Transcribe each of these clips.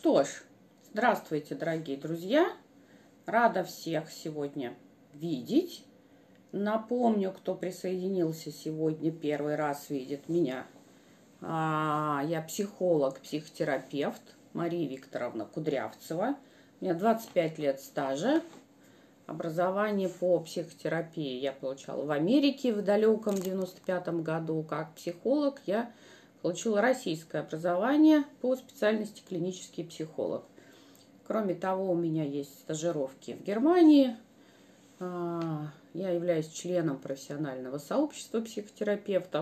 что ж, здравствуйте, дорогие друзья! Рада всех сегодня видеть. Напомню, кто присоединился сегодня, первый раз видит меня. Я психолог, психотерапевт Мария Викторовна Кудрявцева. У меня 25 лет стажа. Образование по психотерапии я получала в Америке в далеком 95-м году. Как психолог я получила российское образование по специальности клинический психолог. Кроме того, у меня есть стажировки в Германии. Я являюсь членом профессионального сообщества психотерапевтов.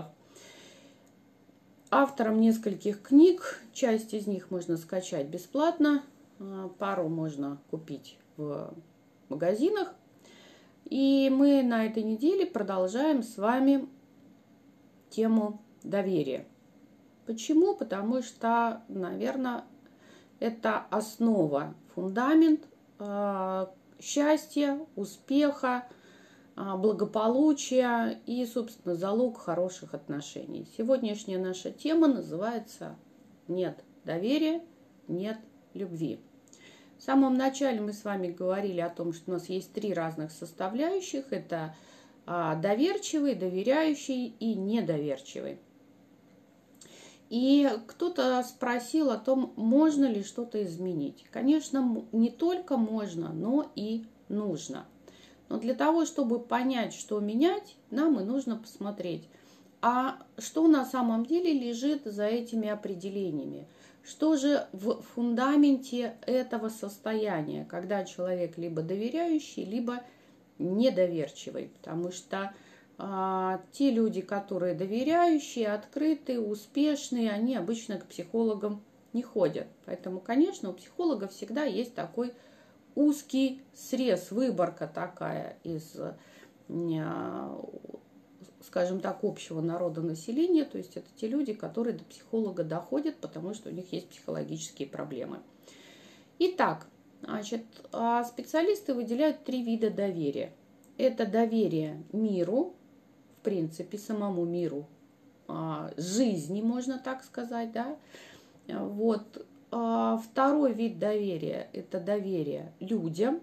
Автором нескольких книг. Часть из них можно скачать бесплатно. Пару можно купить в магазинах. И мы на этой неделе продолжаем с вами тему доверия. Почему? Потому что, наверное, это основа, фундамент счастья, успеха, благополучия и, собственно, залог хороших отношений. Сегодняшняя наша тема называется «Нет доверия, нет любви». В самом начале мы с вами говорили о том, что у нас есть три разных составляющих. Это доверчивый, доверяющий и недоверчивый. И кто-то спросил о том, можно ли что-то изменить. Конечно, не только можно, но и нужно. Но для того, чтобы понять, что менять, нам и нужно посмотреть, а что на самом деле лежит за этими определениями. Что же в фундаменте этого состояния, когда человек либо доверяющий, либо недоверчивый. Потому что те люди, которые доверяющие, открытые, успешные, они обычно к психологам не ходят. Поэтому, конечно, у психолога всегда есть такой узкий срез, выборка такая из, скажем так, общего народа населения. То есть это те люди, которые до психолога доходят, потому что у них есть психологические проблемы. Итак, значит, специалисты выделяют три вида доверия. Это доверие миру, в принципе, самому миру, жизни, можно так сказать, да. Вот. Второй вид доверия – это доверие людям.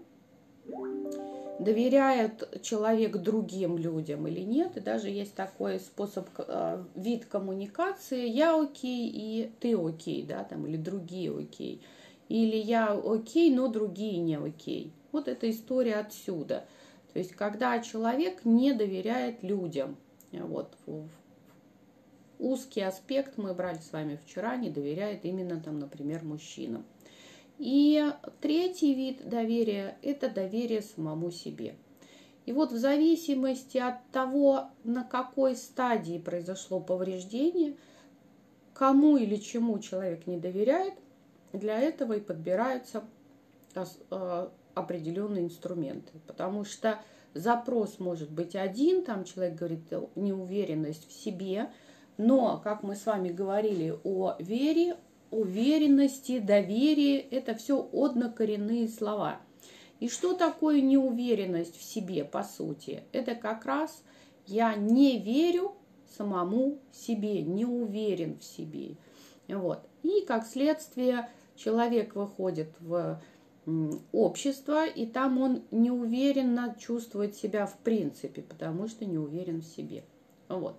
Доверяет человек другим людям или нет. И даже есть такой способ, вид коммуникации: я окей и ты окей, да, там, или другие окей. Или я окей, но другие не окей. Вот эта история отсюда. То есть, когда человек не доверяет людям. Вот узкий аспект мы брали с вами вчера, не доверяет именно, там, например, мужчинам. И третий вид доверия – это доверие самому себе. И вот в зависимости от того, на какой стадии произошло повреждение, кому или чему человек не доверяет, для этого и подбираются определенные инструменты. Потому что запрос может быть один, там человек говорит неуверенность в себе, но, как мы с вами говорили о вере, уверенности, доверии, это все однокоренные слова. И что такое неуверенность в себе, по сути? Это как раз я не верю самому себе, не уверен в себе. Вот. И, как следствие, человек выходит в общество, и там он неуверенно чувствует себя в принципе, потому что не уверен в себе. Вот.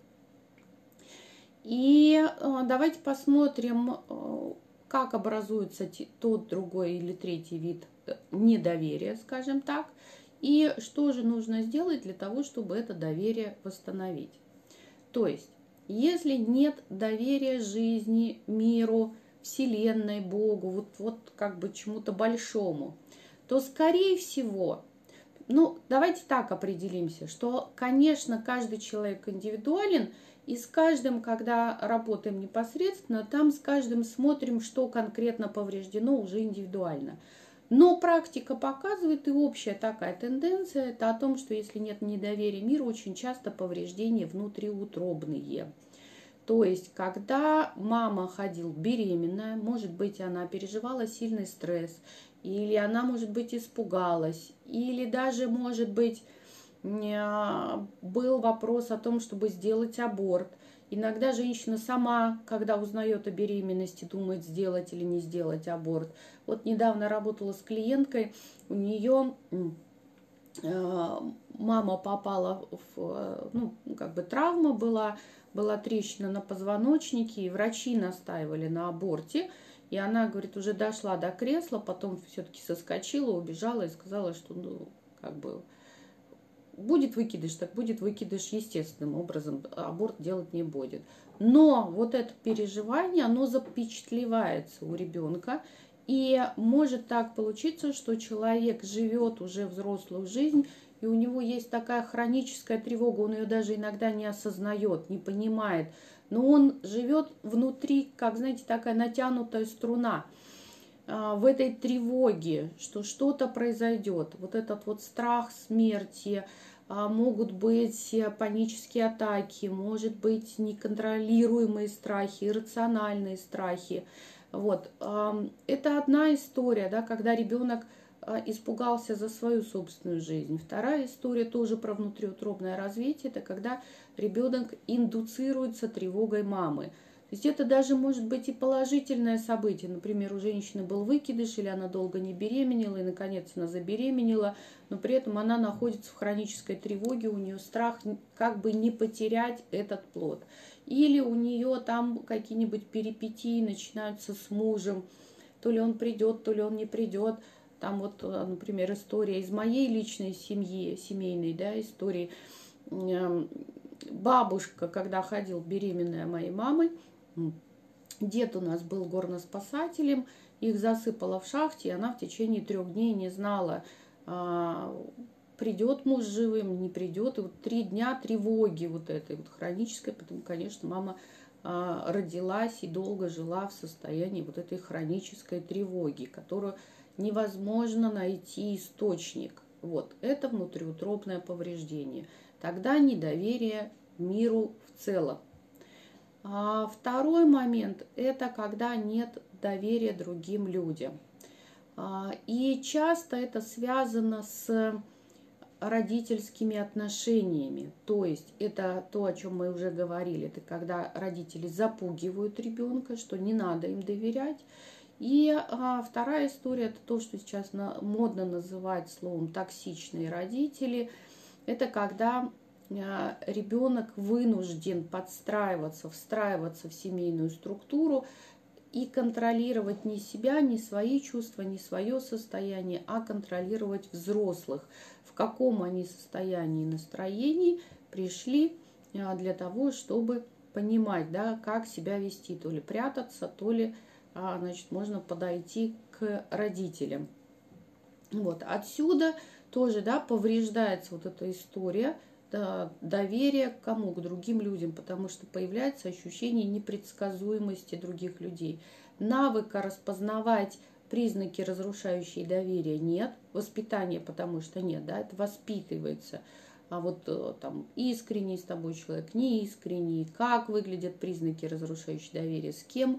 И давайте посмотрим, как образуется тот, другой или третий вид недоверия, скажем так, и что же нужно сделать для того, чтобы это доверие восстановить. То есть, если нет доверия жизни, миру, Вселенной, Богу, вот как бы чему-то большому, то, скорее всего, давайте так определимся, что, конечно, каждый человек индивидуален, и с каждым, когда работаем непосредственно, там с каждым смотрим, что конкретно повреждено уже индивидуально. Но практика показывает, и общая такая тенденция, это о том, что если нет недоверия миру, очень часто повреждения внутриутробные. То есть, когда мама ходила беременная, может быть, она переживала сильный стресс, или она, может быть, испугалась, или даже, может быть, был вопрос о том, чтобы сделать аборт. Иногда женщина сама, когда узнает о беременности, думает, сделать или не сделать аборт. Вот недавно работала с клиенткой, у нее мама попала в, ну, как бы травма была трещина на позвоночнике, и врачи настаивали на аборте. И она, говорит, уже дошла до кресла, потом все-таки соскочила, убежала и сказала, что, ну, как бы, будет выкидыш, так будет выкидыш естественным образом, аборт делать не будет. Но вот это переживание, оно запечатлевается у ребенка, и может так получиться, что человек живет уже взрослую жизнь, и у него есть такая хроническая тревога, он ее даже иногда не осознает, не понимает, но он живет внутри, как, знаете, такая натянутая струна, в этой тревоге, что что-то произойдет. Вот этот вот страх смерти, могут быть панические атаки, может быть неконтролируемые страхи, иррациональные страхи. Вот. Это одна история, да, когда ребенок испугался за свою собственную жизнь. Вторая история тоже про внутриутробное развитие, это когда ребенок индуцируется тревогой мамы. То есть это даже может быть и положительное событие. Например, у женщины был выкидыш, или она долго не беременела, и наконец она забеременела, но при этом она находится в хронической тревоге, у нее страх как бы не потерять этот плод. Или у нее там какие-нибудь перипетии начинаются с мужем, то ли он придет, то ли он не придет. Там вот, например, история из моей личной семьи, семейной, да, истории. Бабушка, когда ходила беременная моей мамой, дед у нас был горноспасателем, их засыпало в шахте, и она в течение 3 дней не знала, придет муж живым, не придет. И вот 3 дня тревоги вот этой вот хронической, потому, конечно, мама родилась и долго жила в состоянии вот этой хронической тревоги, которую невозможно найти источник. Вот, это внутриутробное повреждение. Тогда недоверие миру в целом. А второй момент – это когда нет доверия другим людям. И часто это связано с родительскими отношениями. То есть это то, о чем мы уже говорили. Это когда родители запугивают ребенка, что не надо им доверять. И вторая история – это то, что сейчас модно называть словом токсичные родители. Это когда ребенок вынужден подстраиваться, встраиваться в семейную структуру и контролировать не себя, не свои чувства, не свое состояние, а контролировать взрослых, в каком они состоянии и настроении пришли для того, чтобы понимать, да, как себя вести, то ли прятаться, то ли, значит, можно подойти к родителям. Вот. Отсюда тоже, да, повреждается вот эта история, доверие к кому? К другим людям, потому что появляется ощущение непредсказуемости других людей. Навыка распознавать признаки, разрушающие доверие, нет. Воспитания, потому что нет, да, это воспитывается. А вот там искренний с тобой человек, неискренний, как выглядят признаки, разрушающие доверие, с кем.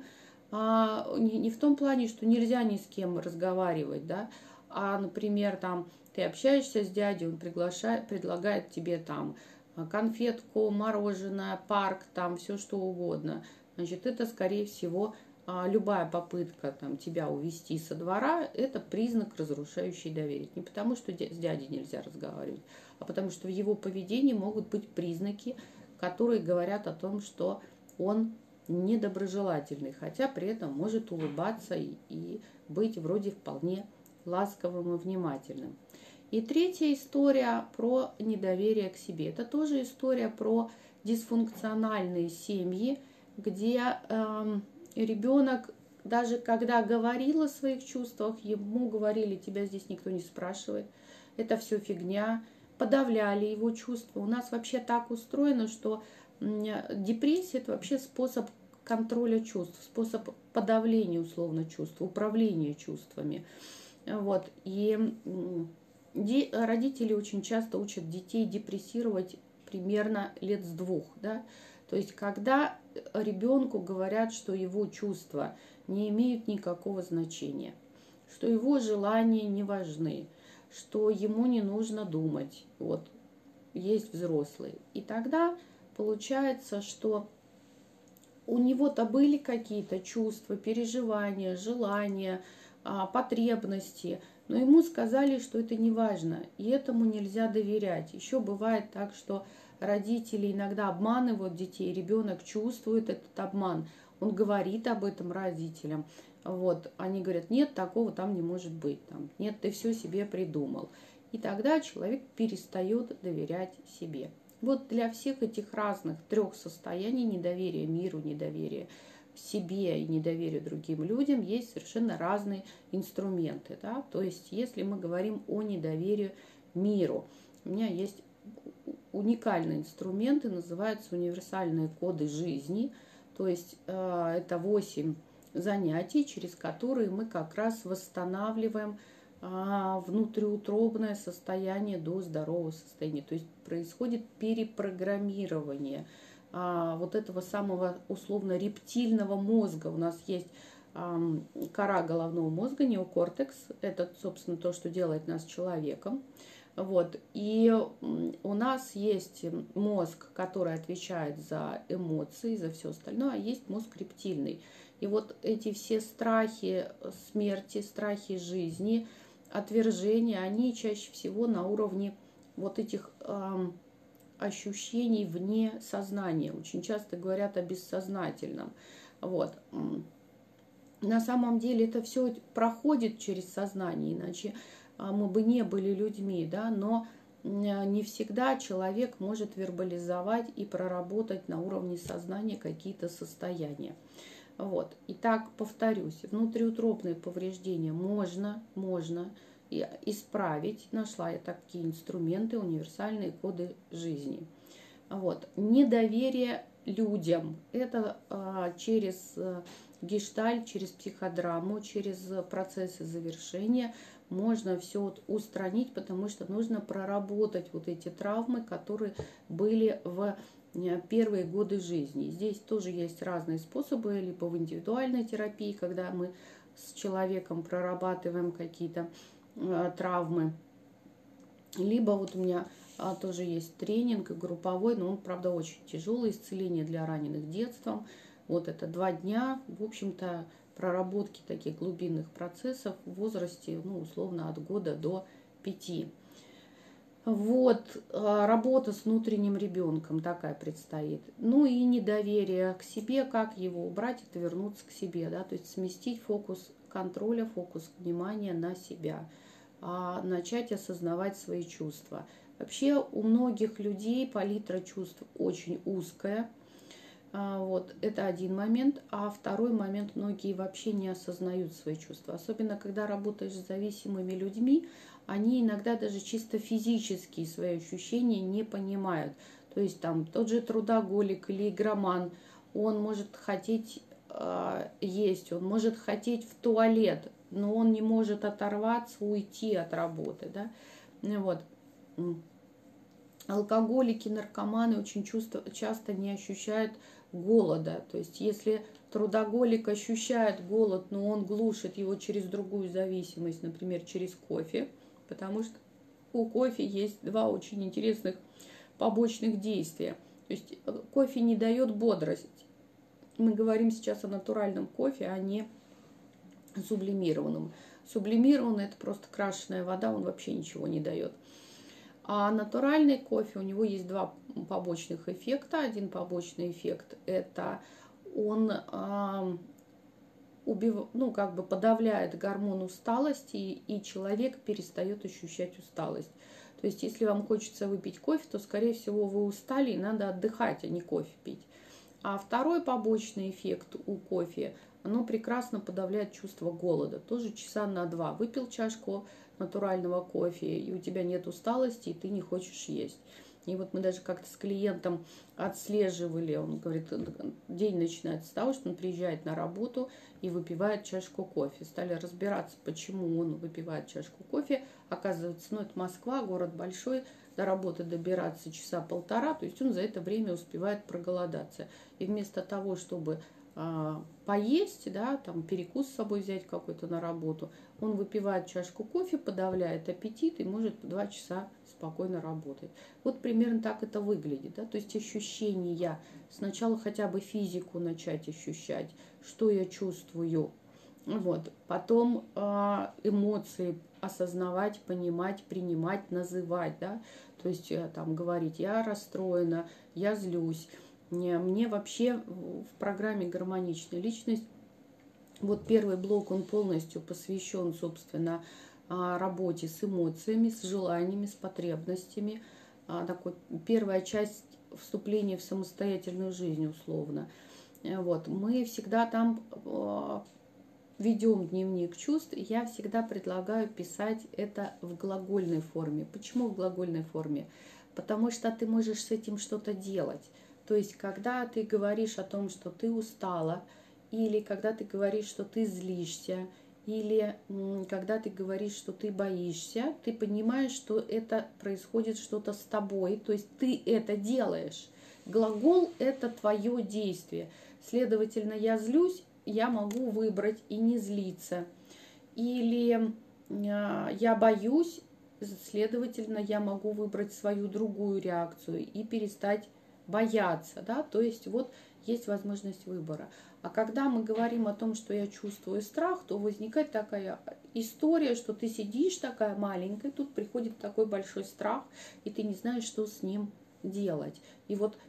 Не в том плане, что нельзя ни с кем разговаривать, да, а, например, там ты общаешься с дядей, он предлагает тебе там конфетку, мороженое, парк, там все что угодно. Значит, это, скорее всего, любая попытка там, тебя увести со двора, это признак, разрушающий доверие. Не потому, что с дядей нельзя разговаривать, а потому что в его поведении могут быть признаки, которые говорят о том, что он недоброжелательный, хотя при этом может улыбаться и быть вроде вполне ласковым и внимательным. И третья история про недоверие к себе. Это тоже история про дисфункциональные семьи, где ребенок, даже когда говорил о своих чувствах, ему говорили: тебя здесь никто не спрашивает, это все фигня, подавляли его чувства. У нас вообще так устроено, что депрессия – это вообще способ контроля чувств, способ подавления условно чувств, управления чувствами. Вот. И родители очень часто учат детей депрессировать примерно лет с 2, да? То есть, когда ребенку говорят, что его чувства не имеют никакого значения, что его желания не важны, что ему не нужно думать, вот, есть взрослые. И тогда получается, что у него-то были какие-то чувства, переживания, желания, потребности, но ему сказали, что это не важно, и этому нельзя доверять. Еще бывает так, что родители иногда обманывают детей, ребенок чувствует этот обман, он говорит об этом родителям. Вот, они говорят, нет, такого там не может быть, там, нет, ты все себе придумал. И тогда человек перестает доверять себе. Вот для всех этих разных трех состояний недоверия миру, недоверия себе и недоверия другим людям есть совершенно разные инструменты. Да? То есть, если мы говорим о недоверии миру, у меня есть уникальные инструменты, называются универсальные коды жизни. То есть, это 8 занятий, через которые мы как раз восстанавливаем внутриутробное состояние до здорового состояния. То есть происходит перепрограммирование вот этого самого условно рептильного мозга. У нас есть кора головного мозга, неокортекс. Это, собственно, то, что делает нас человеком. Вот. И у нас есть мозг, который отвечает за эмоции, за все остальное, а есть мозг рептильный. И вот эти все страхи смерти, страхи жизни, отвержения, они чаще всего на уровне вот этих ощущений вне сознания. Очень часто говорят о бессознательном. Вот. На самом деле это все проходит через сознание, иначе мы бы не были людьми, да, но не всегда человек может вербализовать и проработать на уровне сознания какие-то состояния. Вот. Итак, повторюсь, внутриутробные повреждения можно исправить. Нашла я такие инструменты, универсальные коды жизни. Вот. Недоверие людям. Это через гештальт, через психодраму, через процессы завершения можно все устранить, потому что нужно проработать вот эти травмы, которые были в первые годы жизни. Здесь тоже есть разные способы, либо в индивидуальной терапии, когда мы с человеком прорабатываем какие-то травмы, либо вот у меня тоже есть тренинг групповой, но он, правда, очень тяжелый, исцеление для раненых детством. Вот это 2 дня, в общем-то, проработки таких глубинных процессов в возрасте, ну, условно, от года до 5. Вот, работа с внутренним ребенком такая предстоит. Ну и недоверие к себе, как его убрать, это вернуться к себе, да, то есть сместить фокус контроля, фокус внимания на себя, начать осознавать свои чувства. Вообще у многих людей палитра чувств очень узкая. Вот, это один момент. А второй момент, многие вообще не осознают свои чувства. Особенно, когда работаешь с зависимыми людьми, они иногда даже чисто физические свои ощущения не понимают. То есть там тот же трудоголик или игроман, он может хотеть есть, он может хотеть в туалет, но он не может оторваться, уйти от работы. Да? Вот. Алкоголики, наркоманы очень часто не ощущают голода. То есть если трудоголик ощущает голод, но он глушит его через другую зависимость, например, через кофе, потому что у кофе есть 2 очень интересных побочных действия. То есть кофе не дает бодрость. Мы говорим сейчас о натуральном кофе, а не сублимированном. Сублимированный – это просто крашеная вода, он вообще ничего не дает. А натуральный кофе, у него есть 2 побочных эффекта. Один побочный эффект – это он подавляет гормон усталости, и человек перестает ощущать усталость. То есть, если вам хочется выпить кофе, то, скорее всего, вы устали и надо отдыхать, а не кофе пить. А второй побочный эффект у кофе, оно прекрасно подавляет чувство голода. Тоже часа на 2. Выпил чашку натурального кофе, и у тебя нет усталости, и ты не хочешь есть. И вот мы даже как-то с клиентом отслеживали, он говорит, день начинается с того, что он приезжает на работу и выпивает чашку кофе. Стали разбираться, почему он выпивает чашку кофе. Оказывается, это Москва, город большой, до работы добираться часа 1,5, то есть он за это время успевает проголодаться. И вместо того, чтобы поесть, да, там перекус с собой взять какой-то на работу, он выпивает чашку кофе, подавляет аппетит и может 2 часа спокойно работать. Вот примерно так это выглядит, да, то есть ощущения. Сначала хотя бы физику начать ощущать, что я чувствую, вот, потом эмоции осознавать, понимать, принимать, называть, да, то есть там говорить, я расстроена, я злюсь. Мне вообще в программе «Гармоничная личность» вот первый блок, он полностью посвящен, собственно, работе с эмоциями, с желаниями, с потребностями. Такой, первая часть вступления в самостоятельную жизнь, условно. Вот. Мы всегда там ведем дневник чувств, и я всегда предлагаю писать это в глагольной форме. Почему в глагольной форме? Потому что ты можешь с этим что-то делать. То есть, когда ты говоришь о том, что ты устала, или когда ты говоришь, что ты злишься, или когда ты говоришь, что ты боишься, ты понимаешь, что это происходит что-то с тобой, то есть ты это делаешь. Глагол – это твое действие. Следовательно, я злюсь, я могу выбрать и не злиться. Или я боюсь, следовательно, я могу выбрать свою другую реакцию и перестать бояться. Да? То есть вот есть возможность выбора. А когда мы говорим о том, что я чувствую страх, то возникает такая история, что ты сидишь такая маленькая, тут приходит такой большой страх, и ты не знаешь, что с ним делать. И вот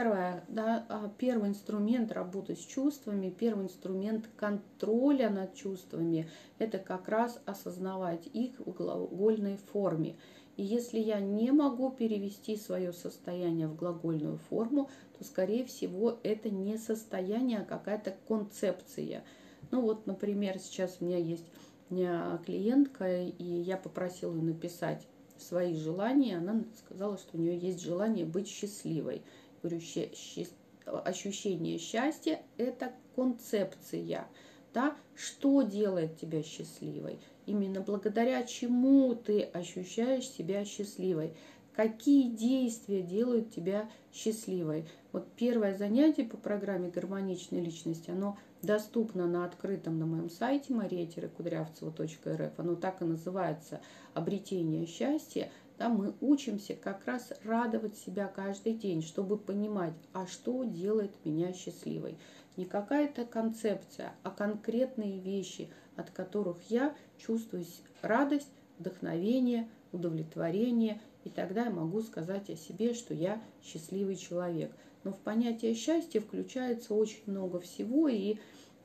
первый инструмент работы с чувствами, первый инструмент контроля над чувствами, это как раз осознавать их в глагольной форме. И если я не могу перевести свое состояние в глагольную форму, то, скорее всего, это не состояние, а какая-то концепция. Ну вот, например, сейчас у меня есть клиентка, и я попросила ее написать свои желания. Она сказала, что у нее есть желание быть счастливой. Говорю, ощущение счастья – это концепция. Да? Что делает тебя счастливой? Именно благодаря чему ты ощущаешь себя счастливой? Какие действия делают тебя счастливой? Вот первое занятие по программе «Гармоничная личность», оно доступно на открытом на моем сайте maria-kudryavtseva.rf. Оно так и называется «Обретение счастья». Там мы учимся как раз радовать себя каждый день, чтобы понимать, а что делает меня счастливой. Не какая-то концепция, а конкретные вещи, от которых я чувствую радость, вдохновение, удовлетворение. И тогда я могу сказать о себе, что я счастливый человек. Но в понятие счастья включается очень много всего. И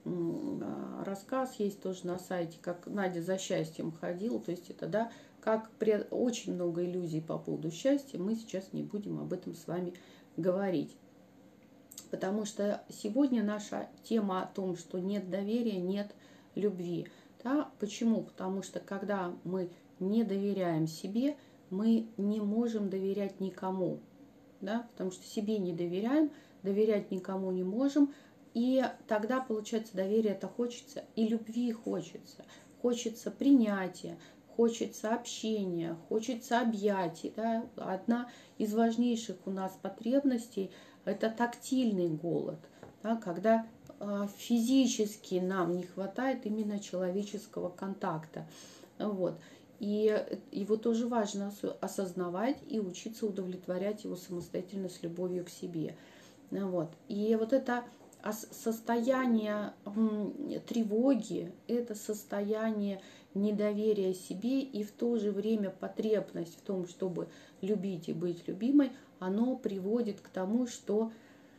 рассказ есть тоже на сайте, как Надя за счастьем ходила. То есть это, да, как очень много иллюзий по поводу счастья. Мы сейчас не будем об этом с вами говорить. Потому что сегодня наша тема о том, что нет доверия, нет любви. Да? Почему? Потому что когда мы не доверяем себе, мы не можем доверять никому. Да? Потому что себе не доверяем, доверять никому не можем. И тогда, получается, доверие это хочется, и любви хочется. Хочется принятия, хочется общения, хочется объятий. Да? Одна из важнейших у нас потребностей – это тактильный голод, да? Когда физически нам не хватает именно человеческого контакта. Вот. И его тоже важно осознавать и учиться удовлетворять его самостоятельно с любовью к себе. Вот. И вот это состояние тревоги, это состояние недоверия себе и в то же время потребность в том, чтобы любить и быть любимой, оно приводит к тому, что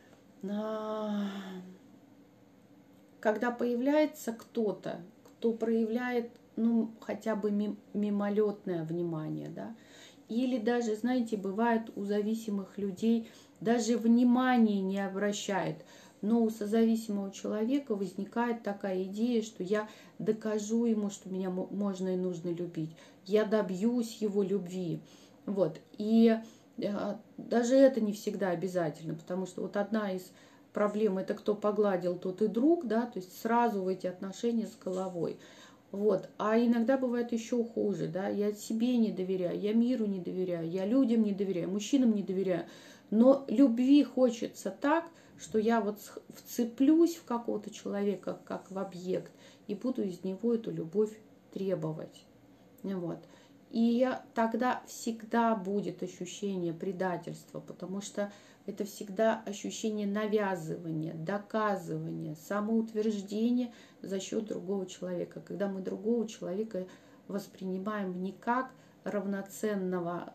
когда появляется кто-то, кто проявляет хотя бы мимолетное внимание, да, или даже, знаете, бывает у зависимых людей даже внимания не обращает, но у созависимого человека возникает такая идея, что я докажу ему, что меня можно и нужно любить, я добьюсь его любви, вот, и даже это не всегда обязательно, потому что вот одна из проблем – это кто погладил, тот и друг, да, то есть сразу в эти отношения с головой. Вот. А иногда бывает еще хуже, да, я себе не доверяю, я миру не доверяю, я людям не доверяю, мужчинам не доверяю, но любви хочется так, что я вот вцеплюсь в какого-то человека, как в объект, и буду из него эту любовь требовать. Вот. И тогда всегда будет ощущение предательства, потому что это всегда ощущение навязывания, доказывания, самоутверждения за счет другого человека. Когда мы другого человека воспринимаем не как равноценного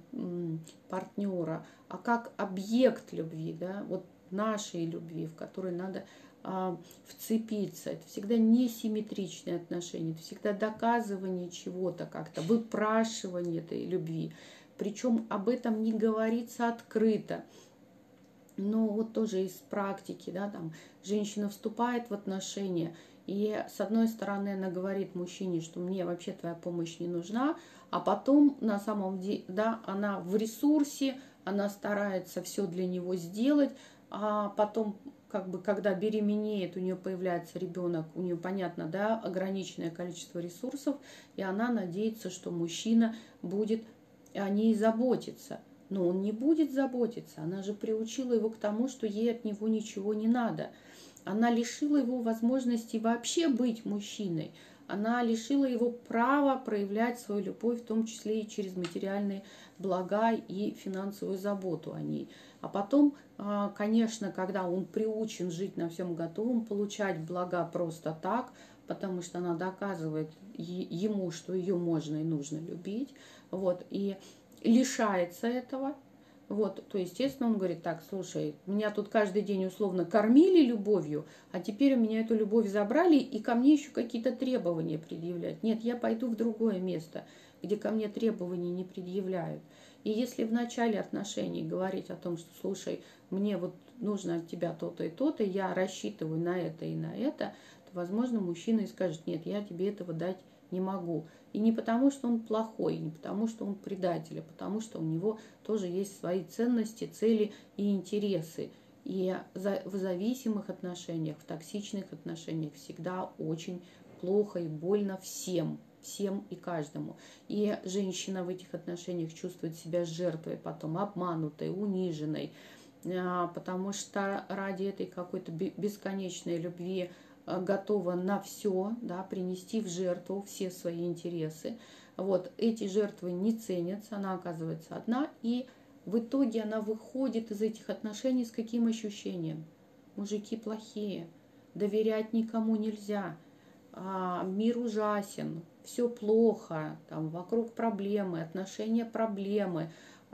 партнера, а как объект любви, да, вот нашей любви, в которой надо вцепиться. Это всегда несимметричные отношения, это всегда доказывание чего-то как-то, выпрашивание этой любви. Причем об этом не говорится открыто. Но вот тоже из практики, да, там женщина вступает в отношения, и с одной стороны она говорит мужчине, что мне вообще твоя помощь не нужна, а потом на самом деле, да, она в ресурсе, она старается все для него сделать, а потом, как бы, когда беременеет, у нее появляется ребенок, у нее, понятно, да, ограниченное количество ресурсов, и она надеется, что мужчина будет о ней заботиться. Но он не будет заботиться, она же приучила его к тому, что ей от него ничего не надо. Она лишила его возможности вообще быть мужчиной. Она лишила его права проявлять свою любовь, в том числе и через материальные блага и финансовую заботу о ней. А потом, конечно, когда он приучен жить на всем готовом, получать блага просто так, потому что она доказывает ему, что ее можно и нужно любить, вот, и лишается этого. Вот, то, естественно, он говорит: так, слушай, меня тут каждый день условно кормили любовью, а теперь у меня эту любовь забрали, и ко мне еще какие-то требования предъявляют. Нет, я пойду в другое место, где ко мне требований не предъявляют. И если в начале отношений говорить о том, что, слушай, мне вот нужно от тебя то-то и то-то, я рассчитываю на это и на это, то, возможно, мужчина и скажет: нет, я тебе этого дать не могу. И не потому, что он плохой, не потому, что он предатель, а потому, что у него тоже есть свои ценности, цели и интересы. И в зависимых отношениях, в токсичных отношениях всегда очень плохо и больно всем и каждому. И женщина в этих отношениях чувствует себя жертвой, потом обманутой, униженной, потому что ради этой какой-то бесконечной любви готова на все, да, принести в жертву все свои интересы. Вот, эти жертвы не ценятся, она оказывается одна, и в итоге она выходит из этих отношений с каким ощущением? Мужики плохие, доверять никому нельзя, мир ужасен, все плохо, там вокруг проблемы, отношения проблемы,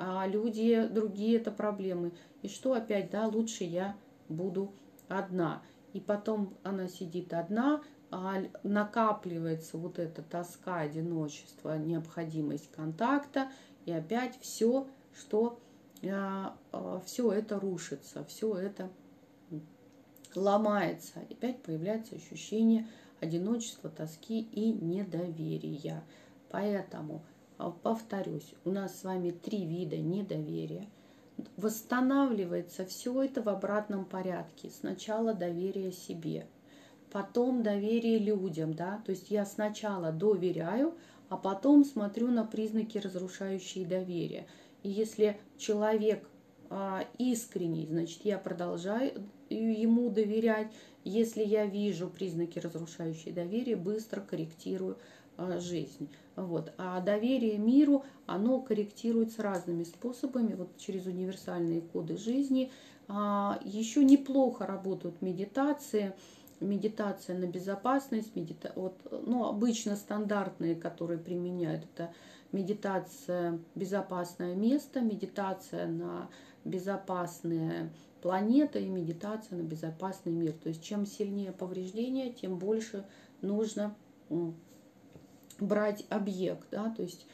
люди другие это проблемы. И что опять, да, лучше я буду одна. И потом она сидит одна, накапливается вот эта тоска, одиночество, необходимость контакта, и опять все это рушится, все это ломается. И опять появляется ощущение одиночества, тоски и недоверия. Поэтому, повторюсь, у нас с вами 3 вида недоверия. Восстанавливается все это в обратном порядке. Сначала доверие себе, потом доверие людям, да, то есть я сначала доверяю, а потом смотрю на признаки, разрушающие доверие. И если человек искренний, значит, я продолжаю ему доверять. Если я вижу признаки, разрушающие доверие, быстро корректирую жизнь. Вот. А доверие миру, оно корректируется разными способами, вот через универсальные коды жизни. Еще неплохо работают медитации, медитация на безопасность, обычно стандартные, которые применяют, это медитация «Безопасное место», медитация на безопасные планеты и медитация на безопасный мир. То есть чем сильнее повреждения, тем больше нужно брать объект, да, то есть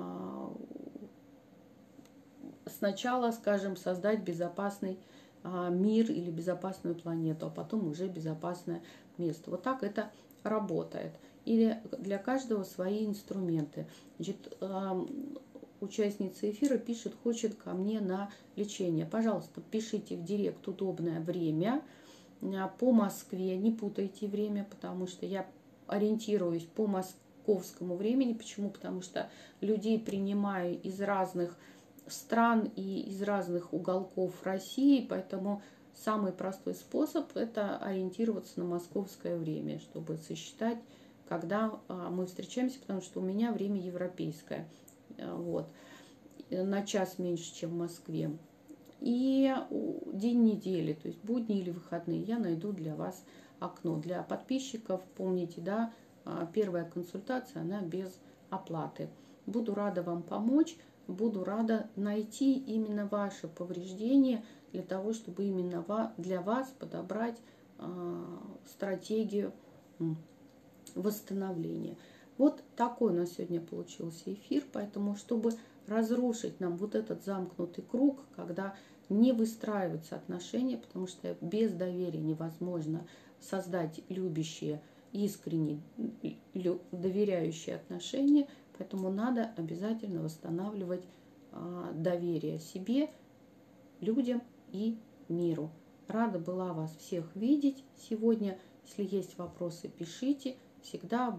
сначала, скажем, создать безопасный мир или безопасную планету, а потом уже безопасное место. Вот так это работает. Или для каждого свои инструменты. Значит, участница эфира пишет: хочет ко мне на лечение. Пожалуйста, пишите в директ удобное время по Москве. Не путайте время, потому что я ориентируюсь по московскому времени. Почему? Потому что людей принимаю из разных стран и из разных уголков России, поэтому самый простой способ – это ориентироваться на московское время, чтобы сосчитать, когда мы встречаемся, потому что у меня время европейское, вот, на час меньше, чем в Москве. И день недели, то есть будни или выходные, я найду для вас окно. Для подписчиков, помните, да, первая консультация, она без оплаты. Буду рада вам помочь, буду рада найти именно ваше повреждение для того, чтобы именно для вас подобрать стратегию восстановления. Вот такой у нас сегодня получился эфир, поэтому, чтобы разрушить нам вот этот замкнутый круг, когда не выстраиваются отношения, потому что без доверия невозможно создать любящие, искренне доверяющие отношения, поэтому надо обязательно восстанавливать доверие себе, людям и миру. Рада была вас всех видеть сегодня. Если есть вопросы, пишите. Всегда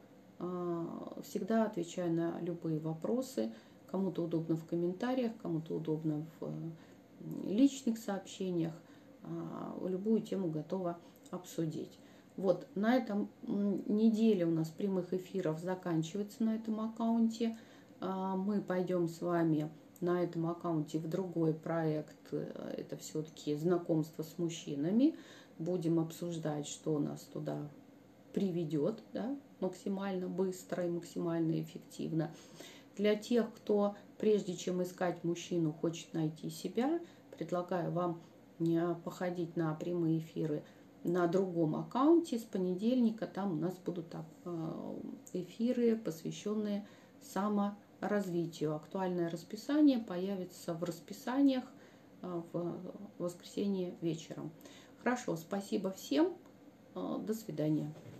отвечаю на любые вопросы. Кому-то удобно в комментариях, кому-то удобно в личных сообщениях. Любую тему готова обсудить. Вот на этом неделя у нас прямых эфиров заканчивается на этом аккаунте. Мы пойдем с вами на этом аккаунте в другой проект. Это все-таки знакомство с мужчинами. Будем обсуждать, что нас туда приведет, да, максимально быстро и максимально эффективно. Для тех, кто, прежде чем искать мужчину, хочет найти себя, предлагаю вам походить на прямые эфиры на другом аккаунте. С понедельника там у нас будут эфиры, посвященные саморазвитию. Актуальное расписание появится в расписаниях в воскресенье вечером. Хорошо, спасибо всем. До свидания.